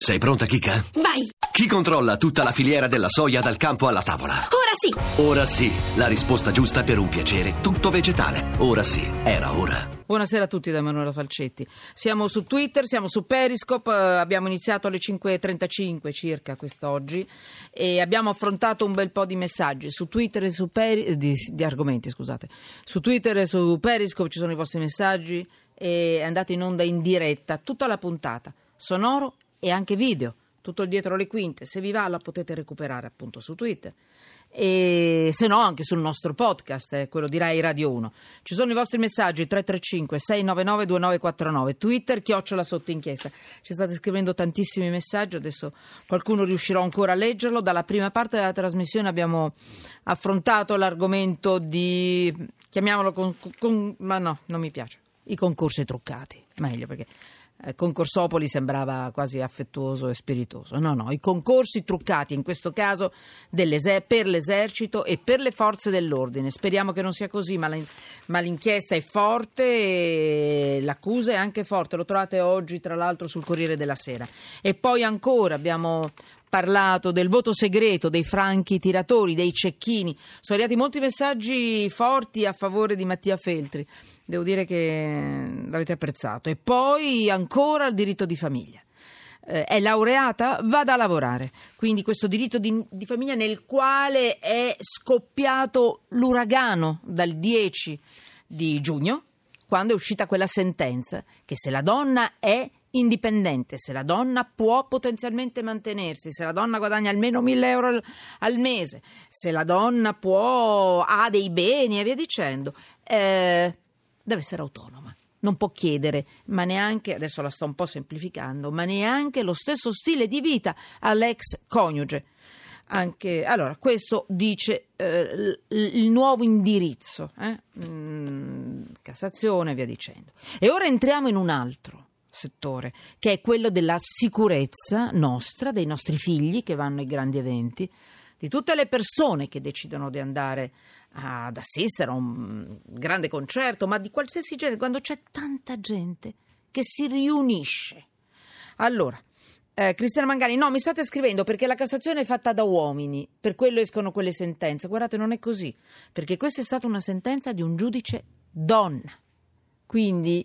Sei pronta, Kika? Vai! Chi controlla tutta la filiera della soia dal campo alla tavola? Ora sì! Ora sì, la risposta giusta per un piacere tutto vegetale. Ora sì, era ora. Buonasera a tutti da Emanuela Falcetti. Siamo su Twitter, siamo su Periscope, abbiamo iniziato alle 5:35 circa quest'oggi e abbiamo affrontato un bel po' di messaggi su Twitter e su di argomenti, scusate. Su Twitter e su Periscope ci sono i vostri messaggi e è andata in onda in diretta tutta la puntata, sonoro e anche video, tutto il dietro le quinte. Se vi va la potete recuperare appunto su Twitter e se no anche sul nostro podcast, quello di Rai Radio 1. Ci sono i vostri messaggi 335 699 2949, Twitter @sottoinchiesta. Ci state scrivendo tantissimi messaggi, adesso qualcuno riuscirò ancora a leggerlo. Dalla prima parte della trasmissione abbiamo affrontato l'argomento di, chiamiamolo ma no, non mi piace, i concorsi truccati, meglio, perché Concorsopoli sembrava quasi affettuoso e spiritoso. No, i concorsi truccati, in questo caso per l'esercito e per le forze dell'ordine. Speriamo che non sia così, ma l'inchiesta è forte e l'accusa è anche forte. Lo trovate oggi, tra l'altro, sul Corriere della Sera. E poi ancora abbiamo parlato del voto segreto, dei franchi tiratori, dei cecchini. Sono arrivati molti messaggi forti a favore di Mattia Feltri. Devo dire che l'avete apprezzato. E poi ancora il diritto di famiglia. È laureata? Vada a lavorare. Quindi questo diritto di famiglia nel quale è scoppiato l'uragano dal 10 di giugno, quando è uscita quella sentenza che se la donna è indipendente, se la donna può potenzialmente mantenersi, se la donna guadagna almeno 1.000 euro al mese, se la donna ha dei beni e via dicendo, deve essere autonoma. Non può chiedere, ma neanche, adesso la sto un po' semplificando, ma neanche lo stesso stile di vita all'ex coniuge. Allora, questo dice il nuovo indirizzo, Cassazione e via dicendo. E ora entriamo in un altro settore, che è quello della sicurezza nostra, dei nostri figli che vanno ai grandi eventi, di tutte le persone che decidono di andare ad assistere a un grande concerto, ma di qualsiasi genere, quando c'è tanta gente che si riunisce. Allora, Cristiana Mangani, no, mi state scrivendo perché la Cassazione è fatta da uomini, per quello escono quelle sentenze. Guardate, non è così, perché questa è stata una sentenza di un giudice donna, quindi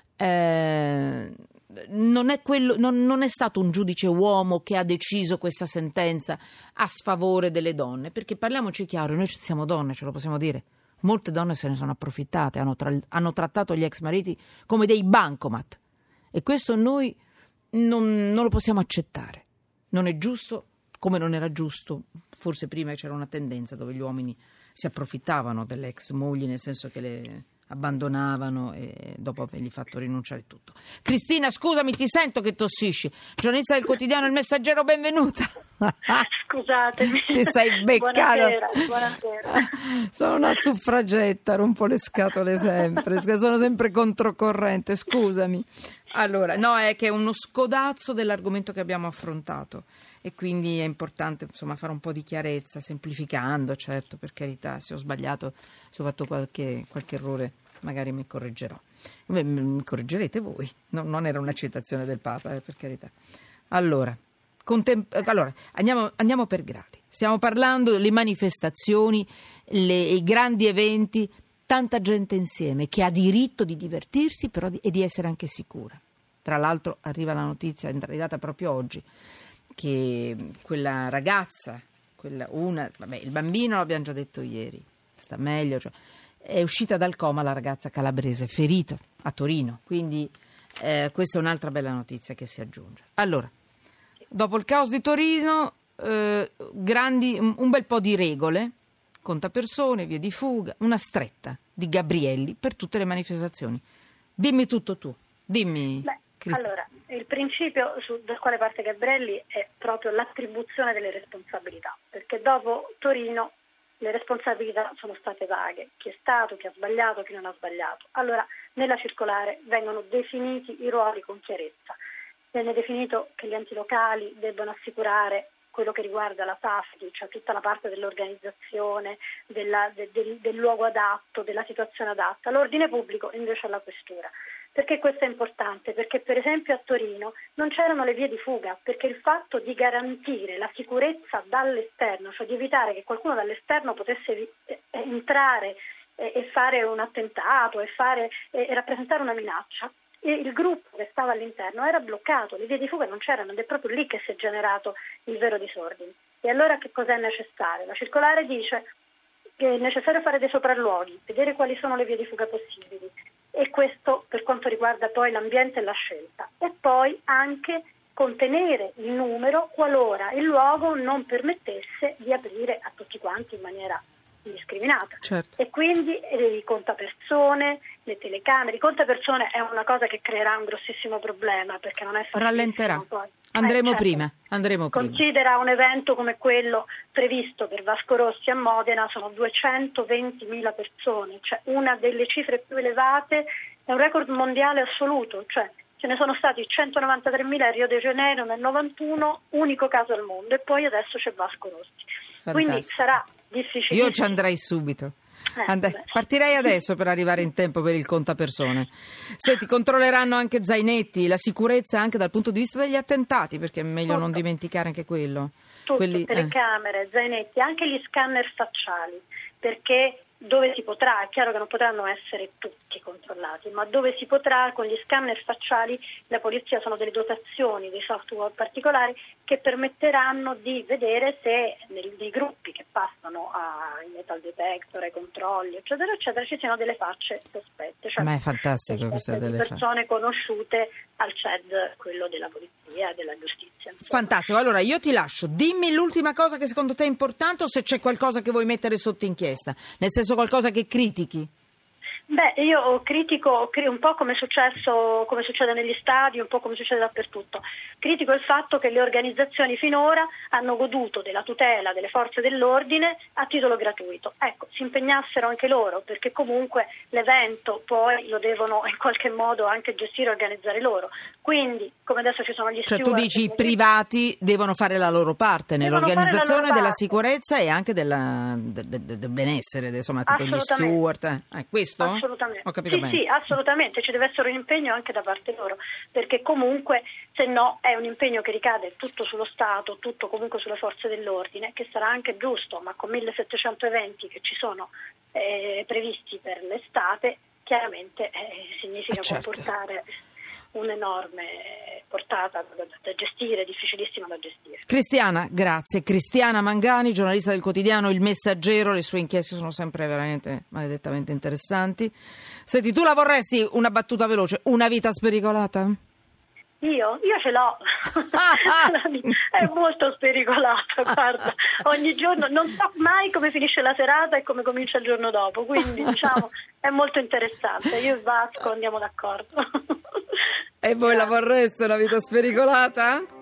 non è stato un giudice uomo che ha deciso questa sentenza a sfavore delle donne, perché parliamoci chiaro, noi siamo donne, ce lo possiamo dire, molte donne se ne sono approfittate, hanno trattato gli ex mariti come dei bancomat e questo noi non lo possiamo accettare. Non è giusto, come non era giusto, forse prima c'era una tendenza dove gli uomini si approfittavano delle ex mogli, nel senso che le abbandonavano e dopo avergli fatto rinunciare tutto. Cristina, scusami, ti sento che tossisci. Giornalista del quotidiano Il Messaggero, benvenuta. Scusatemi. Ti sei beccata. Buonasera. Sono una suffragetta, rompo le scatole sempre, sono sempre controcorrente, scusami. Allora, no, è che è uno scodazzo dell'argomento che abbiamo affrontato e quindi è importante, insomma, fare un po' di chiarezza, semplificando, certo, per carità, se ho sbagliato, se ho fatto qualche errore, magari mi correggerò. Mi correggerete voi, non era una citazione del Papa, per carità. Allora, andiamo per gradi. Stiamo parlando delle manifestazioni, i grandi eventi, tanta gente insieme che ha diritto di divertirsi però e di essere anche sicura. Tra l'altro arriva la notizia, è arrivata proprio oggi, che quella ragazza, il bambino l'abbiamo già detto ieri, sta meglio, cioè, è uscita dal coma la ragazza calabrese, ferita a Torino, quindi questa è un'altra bella notizia che si aggiunge. Allora, dopo il caos di Torino, un bel po' di regole, contapersone, vie di fuga, una stretta di Gabrielli per tutte le manifestazioni. Dimmi tutto tu, dimmi. Allora, il principio dal quale parte Gabrielli è proprio l'attribuzione delle responsabilità, perché dopo Torino le responsabilità sono state vaghe, chi è stato, chi ha sbagliato, chi non ha sbagliato. Allora, nella circolare vengono definiti i ruoli con chiarezza, viene definito che gli enti locali debbono assicurare quello che riguarda la safety, cioè tutta la parte dell'organizzazione, del luogo adatto, della situazione adatta. L'ordine pubblico invece è la questura. Perché questo è importante? Perché per esempio a Torino non c'erano le vie di fuga, perché il fatto di garantire la sicurezza dall'esterno, cioè di evitare che qualcuno dall'esterno potesse entrare e fare un attentato e rappresentare una minaccia, il gruppo che stava all'interno era bloccato, le vie di fuga non c'erano ed è proprio lì che si è generato il vero disordine. E allora che cos'è necessario? La circolare dice che è necessario fare dei sopralluoghi, vedere quali sono le vie di fuga possibili, e questo per quanto riguarda poi l'ambiente e la scelta, e poi anche contenere il numero qualora il luogo non permettesse di aprire a tutti quanti in maniera indiscriminata. Certo. E quindi i contapersone, le telecamere, i contapersone è una cosa che creerà un grossissimo problema perché non è facilissimo. Rallenterà. Poi. Andremo Certo. prima. Considera un evento come quello previsto per Vasco Rossi a Modena, sono 220.000 persone, cioè una delle cifre più elevate, è un record mondiale assoluto, cioè ce ne sono stati 193.000 a Rio de Janeiro nel 91, unico caso al mondo, e poi adesso c'è Vasco Rossi. Fantastico. Quindi sarà difficilissimo. Io ci andrei subito. Partirei adesso per arrivare in tempo per il contapersone. Senti, controlleranno anche zainetti, la sicurezza anche dal punto di vista degli attentati, perché è meglio non dimenticare anche quello. Tutto, telecamere, zainetti, anche gli scanner facciali, perché dove si potrà, è chiaro che non potranno essere tutti controllati, ma dove si potrà, con gli scanner facciali, la polizia sono delle dotazioni, dei software particolari che permetteranno di vedere se nei gruppi che passano ai metal detector, ai controlli, eccetera, eccetera, ci siano delle facce sospette. Cioè, ma è fantastico questa delle persone conosciute al CED, quello della polizia e della giustizia. Insomma. Fantastico, allora io ti lascio. Dimmi l'ultima cosa che secondo te è importante o se c'è qualcosa che vuoi mettere sotto inchiesta, nel senso qualcosa che critichi. Beh, io critico un po' come succede negli stadi, un po' come succede dappertutto. Critico il fatto che le organizzazioni finora hanno goduto della tutela delle forze dell'ordine a titolo gratuito. Ecco, si impegnassero anche loro, perché comunque l'evento poi lo devono in qualche modo anche gestire e organizzare loro. Quindi, come adesso ci sono gli steward... Cioè tu dici i privati devono fare la loro parte nell'organizzazione della sicurezza e anche del benessere, insomma, tipo gli steward. Questo? Assolutamente. Ho capito bene. Sì, assolutamente, ci deve essere un impegno anche da parte loro, perché comunque se no è un impegno che ricade tutto sullo Stato, tutto comunque sulle forze dell'ordine, che sarà anche giusto, ma con 1700 eventi che ci sono previsti per l'estate, chiaramente significa comportare un'enorme portata da gestire, difficilissima da gestire. Cristiana, grazie. Cristiana Mangani, giornalista del quotidiano Il Messaggero, le sue inchieste sono sempre veramente maledettamente interessanti. Senti, tu la vorresti, una battuta veloce, una vita spericolata? Io ce l'ho, è molto spericolata, guarda, ogni giorno non so mai come finisce la serata e come comincia il giorno dopo, quindi diciamo è molto interessante, io e Vasco andiamo d'accordo. E voi la vorreste una vita spericolata?